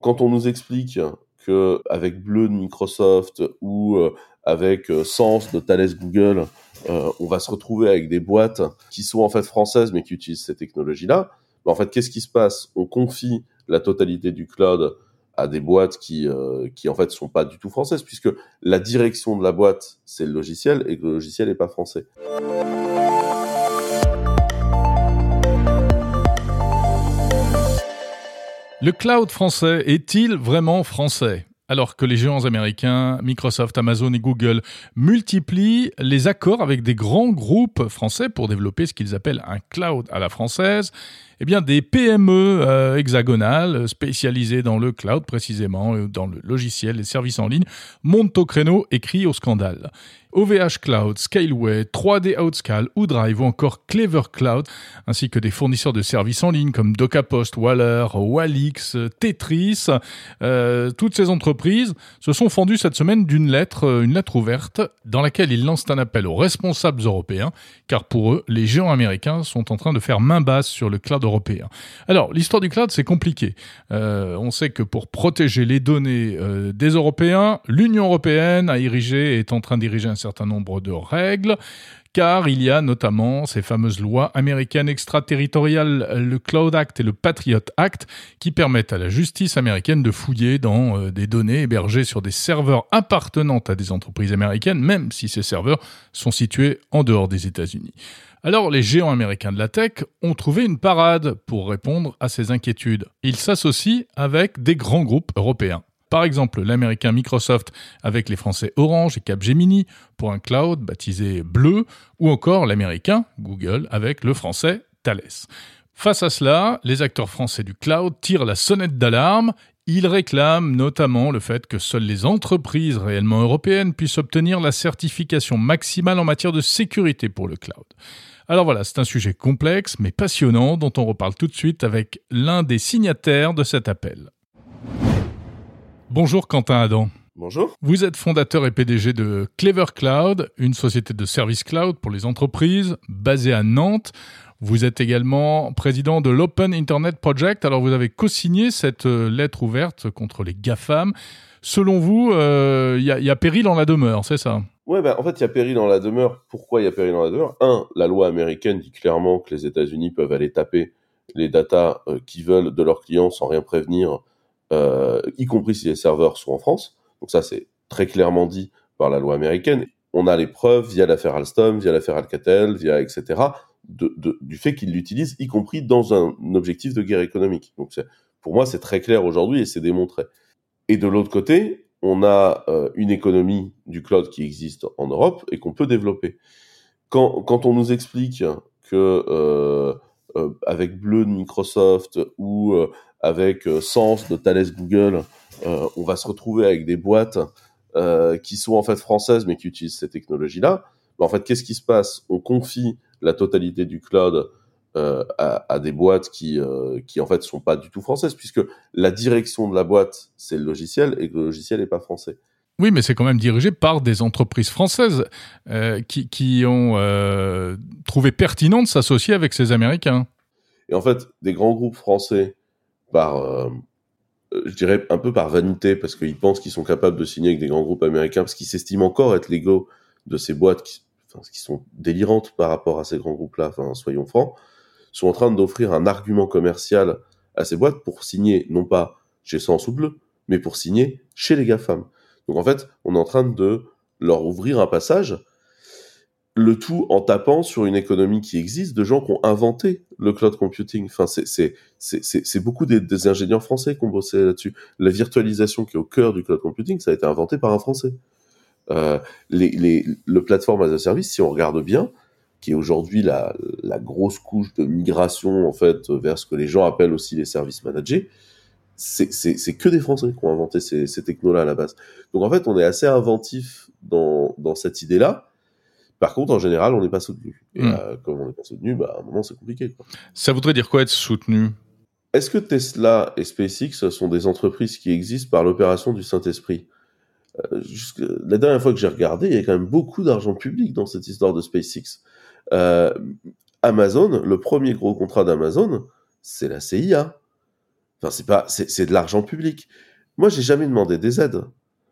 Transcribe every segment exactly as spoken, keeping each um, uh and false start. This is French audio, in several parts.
Quand on nous explique qu'avec Bleu de Microsoft ou euh, avec euh, Sens de Thales Google, euh, on va se retrouver avec des boîtes qui sont en fait françaises mais qui utilisent ces technologies-là, ben en fait, qu'est-ce qui se passe? On confie la totalité du cloud à des boîtes qui, euh, qui en fait sont pas du tout françaises, puisque la direction de la boîte, c'est le logiciel, et que le logiciel n'est pas français. Le cloud français est-il vraiment français ? Alors que les géants américains, Microsoft, Amazon et Google, multiplient les accords avec des grands groupes français pour développer ce qu'ils appellent un cloud à la française, eh bien des P M E euh, hexagonales spécialisées dans le cloud précisément, dans le logiciel, les services en ligne, montent au créneau et crient au scandale. O V H Cloud, Scaleway, trois D Outscale, OuDrive ou encore Clever Cloud, ainsi que des fournisseurs de services en ligne comme DocaPost, Waller, Wallix, Tetris, euh, toutes ces entreprises se sont fendues cette semaine d'une lettre, une lettre ouverte, dans laquelle ils lancent un appel aux responsables européens, car pour eux, les géants américains sont en train de faire main basse sur le cloud européen. Alors, l'histoire du cloud, c'est compliqué. Euh, on sait que pour protéger les données euh, des Européens, l'Union européenne a érigé, est en train d'ériger un certain nombre de règles, car il y a notamment ces fameuses lois américaines extraterritoriales, le Cloud Act et le Patriot Act, qui permettent à la justice américaine de fouiller dans euh, des données hébergées sur des serveurs appartenant à des entreprises américaines, même si ces serveurs sont situés en dehors des États-Unis. Alors, les géants américains de la tech ont trouvé une parade pour répondre à ces inquiétudes. Ils s'associent avec des grands groupes européens. Par exemple, l'américain Microsoft avec les français Orange et Capgemini pour un cloud baptisé Bleu, ou encore l'américain Google avec le français Thales. Face à cela, les acteurs français du cloud tirent la sonnette d'alarme. Ils réclament notamment le fait que seules les entreprises réellement européennes puissent obtenir la certification maximale en matière de sécurité pour le cloud. Alors voilà, c'est un sujet complexe mais passionnant dont on reparle tout de suite avec l'un des signataires de cet appel. Bonjour Quentin Adam. Bonjour. Vous êtes fondateur et P D G de Clever Cloud, une société de services cloud pour les entreprises basée à Nantes. Vous êtes également président de l'Open Internet Project. Alors vous avez co-signé cette lettre ouverte contre les GAFAM. Selon vous, il euh, y, y a péril en la demeure, c'est ça ? Ouais, bah, en fait, il y a péril en la demeure. Pourquoi il y a péril en la demeure ? Un, la loi américaine dit clairement que les États-Unis peuvent aller taper les datas euh, qu'ils veulent de leurs clients sans rien prévenir, euh, y compris si les serveurs sont en France. Donc ça, c'est très clairement dit par la loi américaine. On a les preuves via l'affaire Alstom, via l'affaire Alcatel, via et cetera, de, de, du fait qu'ils l'utilisent, y compris dans un, un objectif de guerre économique. Donc c'est, pour moi, c'est très clair aujourd'hui et c'est démontré. Et de l'autre côté, on a euh, une économie du cloud qui existe en Europe et qu'on peut développer. Quand, quand on nous explique que euh, euh, avec Bleu de Microsoft ou euh, avec euh, Sens de Thales Google, euh, on va se retrouver avec des boîtes euh, qui sont en fait françaises mais qui utilisent ces technologies-là, ben en fait, qu'est-ce qui se passe ? On confie la totalité du cloud euh, à, à des boîtes qui, euh, qui en fait sont pas du tout françaises, puisque la direction de la boîte, c'est le logiciel et que le logiciel n'est pas français. Oui, mais c'est quand même dirigé par des entreprises françaises euh, qui, qui ont euh, trouvé pertinent de s'associer avec ces Américains. Et en fait, des grands groupes français, par, euh, je dirais un peu par vanité, parce qu'ils pensent qu'ils sont capables de signer avec des grands groupes américains, parce qu'ils s'estiment encore être l'ego de ces boîtes qui, enfin, qui sont délirantes par rapport à ces grands groupes-là, enfin, soyons francs, sont en train d'offrir un argument commercial à ces boîtes pour signer, non pas chez Sens ou Bleu, mais pour signer chez les GAFAM. Donc en fait, on est en train de leur ouvrir un passage, le tout en tapant sur une économie qui existe, de gens qui ont inventé le cloud computing. Enfin, c'est, c'est, c'est, c'est, c'est beaucoup des, des ingénieurs français qui ont bossé là-dessus. La virtualisation qui est au cœur du cloud computing, ça a été inventé par un Français. Euh, les, les, le platform as a service, si on regarde bien, qui est aujourd'hui la, la grosse couche de migration en fait vers ce que les gens appellent aussi les services managés, c'est, c'est, c'est que des Français qui ont inventé ces, ces technos-là à la base. Donc en fait, on est assez inventif dans, dans cette idée-là. Par contre, en général, on n'est pas soutenu. Et mmh. euh, comme on n'est pas soutenu, bah, à un moment, c'est compliqué, quoi. Ça voudrait dire quoi être soutenu ? Est-ce que Tesla et SpaceX sont des entreprises qui existent par l'opération du Saint-Esprit ? euh, jusque... La dernière fois que j'ai regardé, il y a quand même beaucoup d'argent public dans cette histoire de SpaceX. Euh, Amazon, le premier gros contrat d'Amazon, c'est la C I A. Enfin, c'est pas, c'est, c'est de l'argent public. Moi, j'ai jamais demandé des aides.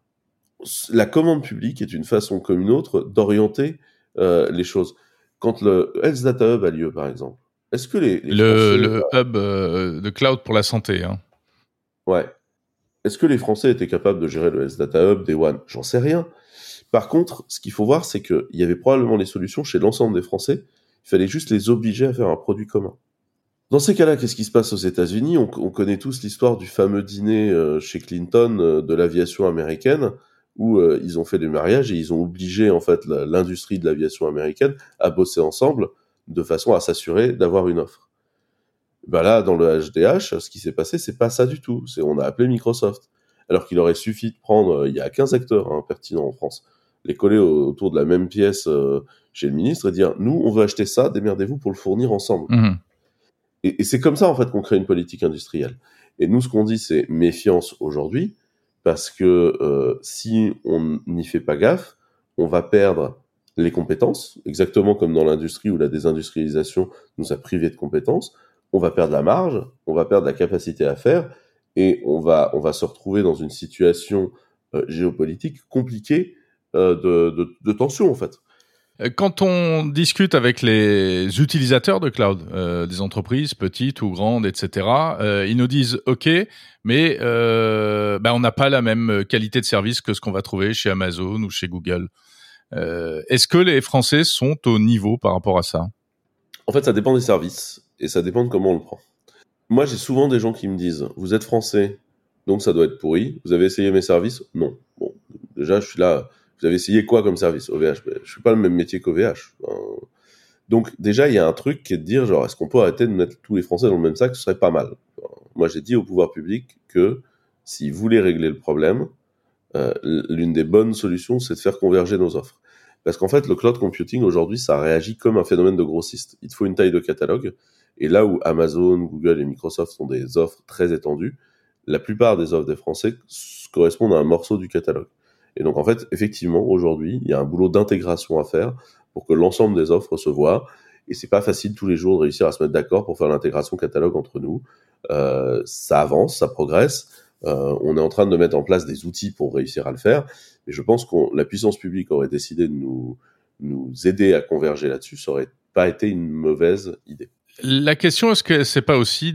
La commande publique est une façon comme une autre d'orienter euh, les choses. Quand le Health Data Hub a lieu, par exemple, est-ce que les, les Le, Français... le hub euh, de cloud pour la santé. Hein. Ouais. Est-ce que les Français étaient capables de gérer le Health Data Hub, Day One? J'en sais rien. Par contre, ce qu'il faut voir, c'est qu'il y avait probablement les solutions chez l'ensemble des Français. Il fallait juste les obliger à faire un produit commun. Dans ces cas-là, qu'est-ce qui se passe aux États-Unis? on, on connaît tous l'histoire du fameux dîner euh, chez Clinton euh, de l'aviation américaine, où euh, ils ont fait des mariages et ils ont obligé en fait la, l'industrie de l'aviation américaine à bosser ensemble de façon à s'assurer d'avoir une offre. Ben là, dans le H D H, ce qui s'est passé, c'est pas ça du tout. C'est on a appelé Microsoft, alors qu'il aurait suffi de prendre, euh, il y a quinze acteurs hein, pertinents en France, les coller au, autour de la même pièce euh, chez le ministre et dire nous, on veut acheter ça, démerdez-vous pour le fournir ensemble. Mmh. Et, et c'est comme ça, en fait, qu'on crée une politique industrielle. Et nous, ce qu'on dit, c'est méfiance aujourd'hui, parce que euh, si on n'y fait pas gaffe, on va perdre les compétences, exactement comme dans l'industrie où la désindustrialisation nous a privés de compétences. On va perdre la marge, on va perdre la capacité à faire, et on va, on va se retrouver dans une situation euh, géopolitique compliquée euh, de, de, de tension, en fait. Quand on discute avec les utilisateurs de cloud, euh, des entreprises petites ou grandes, et cetera, euh, ils nous disent OK, mais euh, bah, on n'a pas la même qualité de service que ce qu'on va trouver chez Amazon ou chez Google. Euh, est-ce que les Français sont au niveau par rapport à ça? En fait, ça dépend des services et ça dépend de comment on le prend. Moi, j'ai souvent des gens qui me disent « Vous êtes français, donc ça doit être pourri. Vous avez essayé mes services ?» Non. Bon, déjà, je suis là... Vous avez essayé quoi comme service? O V H. Je suis pas le même métier qu'O V H. Donc déjà, il y a un truc qui est de dire, genre, est-ce qu'on peut arrêter de mettre tous les Français dans le même sac? Ce serait pas mal. Moi, j'ai dit au pouvoir public que s'ils voulaient régler le problème, euh, l'une des bonnes solutions, c'est de faire converger nos offres. Parce qu'en fait, le cloud computing, aujourd'hui, ça réagit comme un phénomène de grossiste. Il te faut une taille de catalogue. Et là où Amazon, Google et Microsoft ont des offres très étendues, la plupart des offres des Français correspondent à un morceau du catalogue. Et donc, en fait, effectivement, aujourd'hui, il y a un boulot d'intégration à faire pour que l'ensemble des offres se voient. Et c'est pas facile tous les jours de réussir à se mettre d'accord pour faire l'intégration catalogue entre nous. Euh, ça avance, ça progresse. Euh, on est en train de mettre en place des outils pour réussir à le faire. Mais je pense que la puissance publique aurait décidé de nous, nous aider à converger là-dessus. Ça aurait pas été une mauvaise idée. La question, est-ce que c'est pas aussi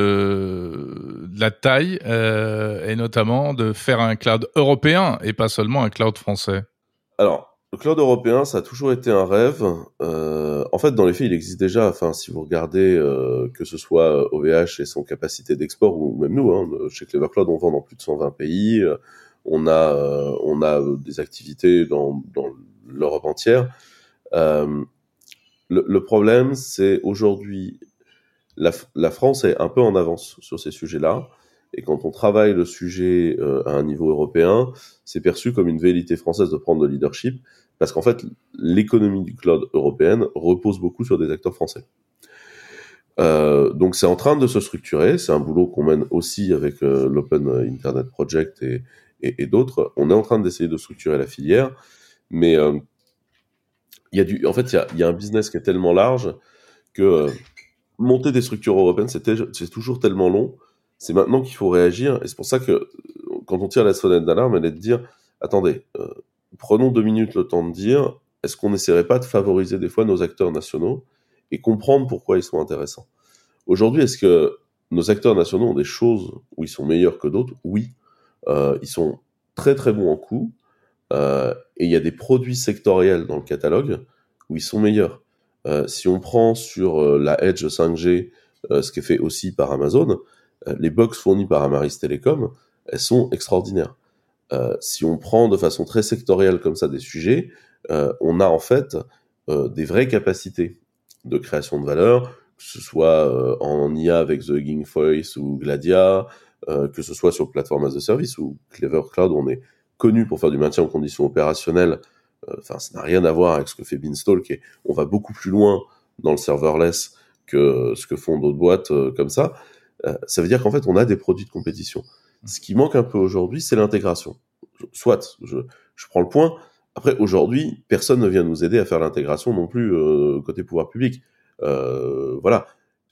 de, de la taille euh, et notamment de faire un cloud européen et pas seulement un cloud français? Alors, le cloud européen, ça a toujours été un rêve. Euh, en fait, dans les faits, il existe déjà. Enfin, si vous regardez euh, que ce soit O V H et son capacité d'export, ou même nous, hein, chez Clever Cloud, on vend dans plus de cent vingt pays. On a, euh, on a des activités dans, dans l'Europe entière. Euh, le, le problème, c'est aujourd'hui, la, la France est un peu en avance sur ces sujets-là. Et quand on travaille le sujet euh, à un niveau européen, c'est perçu comme une velléité française de prendre le leadership, parce qu'en fait, l'économie du cloud européenne repose beaucoup sur des acteurs français. Euh, donc c'est en train de se structurer, c'est un boulot qu'on mène aussi avec euh, l'Open Internet Project et, et, et d'autres. On est en train d'essayer de structurer la filière, mais euh, il y a du, en fait, il y a, y a un business qui est tellement large que euh, monter des structures européennes, c'est, te- c'est toujours tellement long. C'est maintenant qu'il faut réagir, et c'est pour ça que quand on tire la sonnette d'alarme, elle est de dire, attendez, euh, prenons deux minutes le temps de dire, est-ce qu'on n'essaierait pas de favoriser des fois nos acteurs nationaux et comprendre pourquoi ils sont intéressants? Aujourd'hui, est-ce que nos acteurs nationaux ont des choses où ils sont meilleurs que d'autres? Oui. Euh, ils sont très très bons en coût, euh, et il y a des produits sectoriels dans le catalogue où ils sont meilleurs. Euh, si on prend sur euh, la Edge cinq G, euh, ce qui est fait aussi par Amazon, euh, les box fournies par Amaris Telecom, elles sont extraordinaires. Euh, si on prend de façon très sectorielle comme ça des sujets, euh, on a en fait euh, des vraies capacités de création de valeur, que ce soit euh, en I A avec The Hugging Face ou Gladia, euh, que ce soit sur Platform as a Service ou Clever Cloud, on est connu pour faire du maintien en conditions opérationnelles. Enfin, euh, ça n'a rien à voir avec ce que fait Beanstalk, et on va beaucoup plus loin dans le serverless que ce que font d'autres boîtes euh, comme ça. Euh, ça veut dire qu'en fait, on a des produits de compétition. Ce qui manque un peu aujourd'hui, c'est l'intégration. Soit, je, je prends le point. Après, aujourd'hui, personne ne vient nous aider à faire l'intégration non plus euh, côté pouvoir public. Euh, voilà.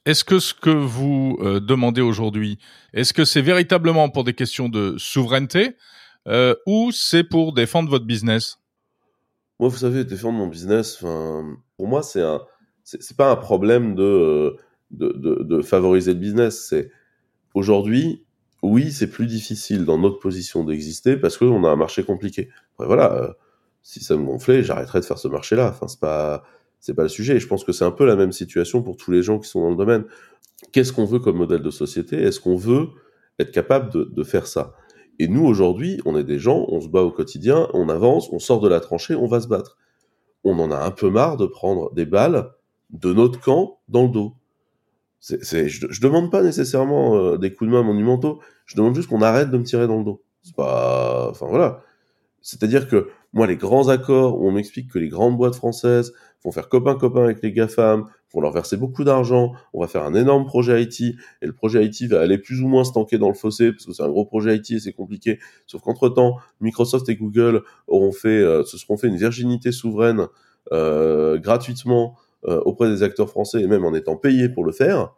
Est-ce que ce que vous euh, demandez aujourd'hui, est-ce que c'est véritablement pour des questions de souveraineté euh, ou c'est pour défendre votre business ? Moi, vous savez, défendre mon business, pour moi, c'est un, c'est, c'est pas un problème de, de, de, de favoriser le business. C'est aujourd'hui, oui, c'est plus difficile dans notre position d'exister parce qu'on a un marché compliqué. Après, voilà, euh, si ça me gonflait, j'arrêterais de faire ce marché-là. Enfin, c'est pas, c'est pas le sujet. Et je pense que c'est un peu la même situation pour tous les gens qui sont dans le domaine. Qu'est-ce qu'on veut comme modèle de société ? Est-ce qu'on veut être capable de, de faire ça ? Et nous, aujourd'hui, on est des gens, on se bat au quotidien, on avance, on sort de la tranchée, on va se battre. On en a un peu marre de prendre des balles de notre camp dans le dos. C'est, c'est, je, je demande pas nécessairement euh, des coups de main monumentaux, je demande juste qu'on arrête de me tirer dans le dos. C'est pas... Enfin voilà. C'est-à-dire que moi, les grands accords où on m'explique que les grandes boîtes françaises vont faire copain-copain avec les GAFAM, vont leur verser beaucoup d'argent, on va faire un énorme projet I T, et le projet I T va aller plus ou moins se tanker dans le fossé, parce que c'est un gros projet I T et c'est compliqué. Sauf qu'entre-temps, Microsoft et Google auront fait, euh, se seront fait une virginité souveraine euh, gratuitement euh, auprès des acteurs français, et même en étant payés pour le faire.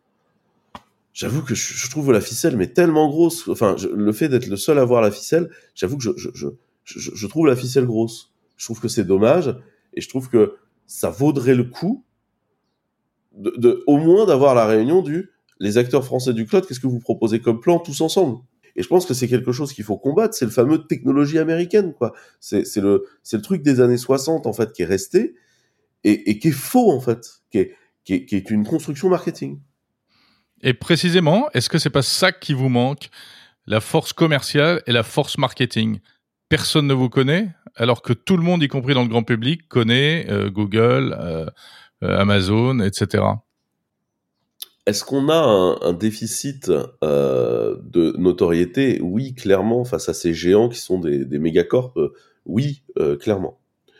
J'avoue que je, je trouve la ficelle mais tellement grosse. Enfin, je, le fait d'être le seul à voir la ficelle, j'avoue que je, je, je, je, je trouve la ficelle grosse. Je trouve que c'est dommage et je trouve que ça vaudrait le coup de, de au moins d'avoir la réunion du les acteurs français du cloud. Qu'est-ce que vous proposez comme plan tous ensemble ? Et je pense que c'est quelque chose qu'il faut combattre. C'est le fameux technologie américaine, quoi. C'est, c'est le, c'est le truc des années soixante en fait qui est resté et, et qui est faux en fait, qui est, qui est, qui est une construction marketing. Et précisément, est-ce que c'est pas ça qui vous manque, la force commerciale et la force marketing ? Personne ne vous connaît, alors que tout le monde, y compris dans le grand public, connaît euh, Google, euh, euh, Amazon, et cetera. Est-ce qu'on a un, un déficit euh, de notoriété ? Oui, clairement, face à ces géants qui sont des, des mégacorps, euh, oui, euh, clairement.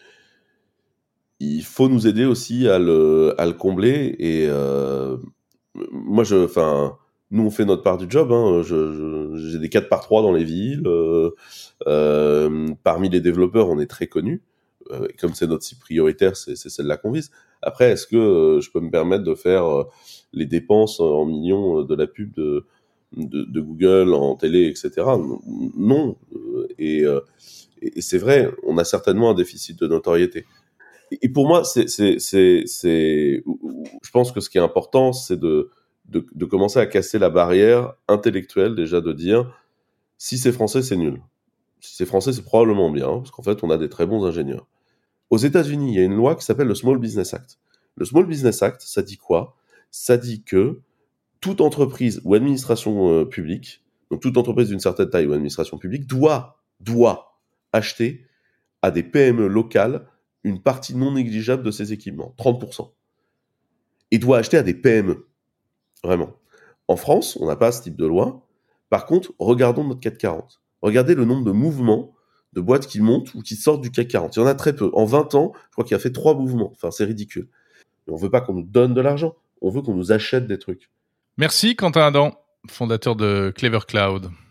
Il faut nous aider aussi à le, à le combler et euh, moi, je, enfin, nous on fait notre part du job. Hein. Je, je, j'ai des quatre par trois dans les villes. Euh, euh, parmi les développeurs, on est très connus. Euh, et comme c'est notre cible prioritaire, c'est, c'est celle-là qu'on vise. Après, est-ce que euh, je peux me permettre de faire euh, les dépenses en millions de la pub de, de, de Google en télé, et cetera. Non. Et, euh, et c'est vrai, on a certainement un déficit de notoriété. Et pour moi, c'est, c'est, c'est, c'est, je pense que ce qui est important, c'est de, de, de commencer à casser la barrière intellectuelle, déjà de dire, si c'est français, c'est nul. Si c'est français, c'est probablement bien, parce qu'en fait, on a des très bons ingénieurs. Aux États-Unis, il y a une loi qui s'appelle le Small Business Act. Le Small Business Act, ça dit quoi ? Ça dit que toute entreprise ou administration euh, publique, donc toute entreprise d'une certaine taille ou administration publique, doit, doit acheter à des P M E locales une partie non négligeable de ses équipements, trente pour cent. Et doit acheter à des P M E. Vraiment. En France, on n'a pas ce type de loi. Par contre, regardons notre C A C quarante. Regardez le nombre de mouvements de boîtes qui montent ou qui sortent du C A C quarante. Il y en a très peu. En vingt ans, je crois qu'il y a fait trois mouvements. Enfin, c'est ridicule. Mais on veut pas qu'on nous donne de l'argent. On veut qu'on nous achète des trucs. Merci Quentin Adam, fondateur de Clever Cloud.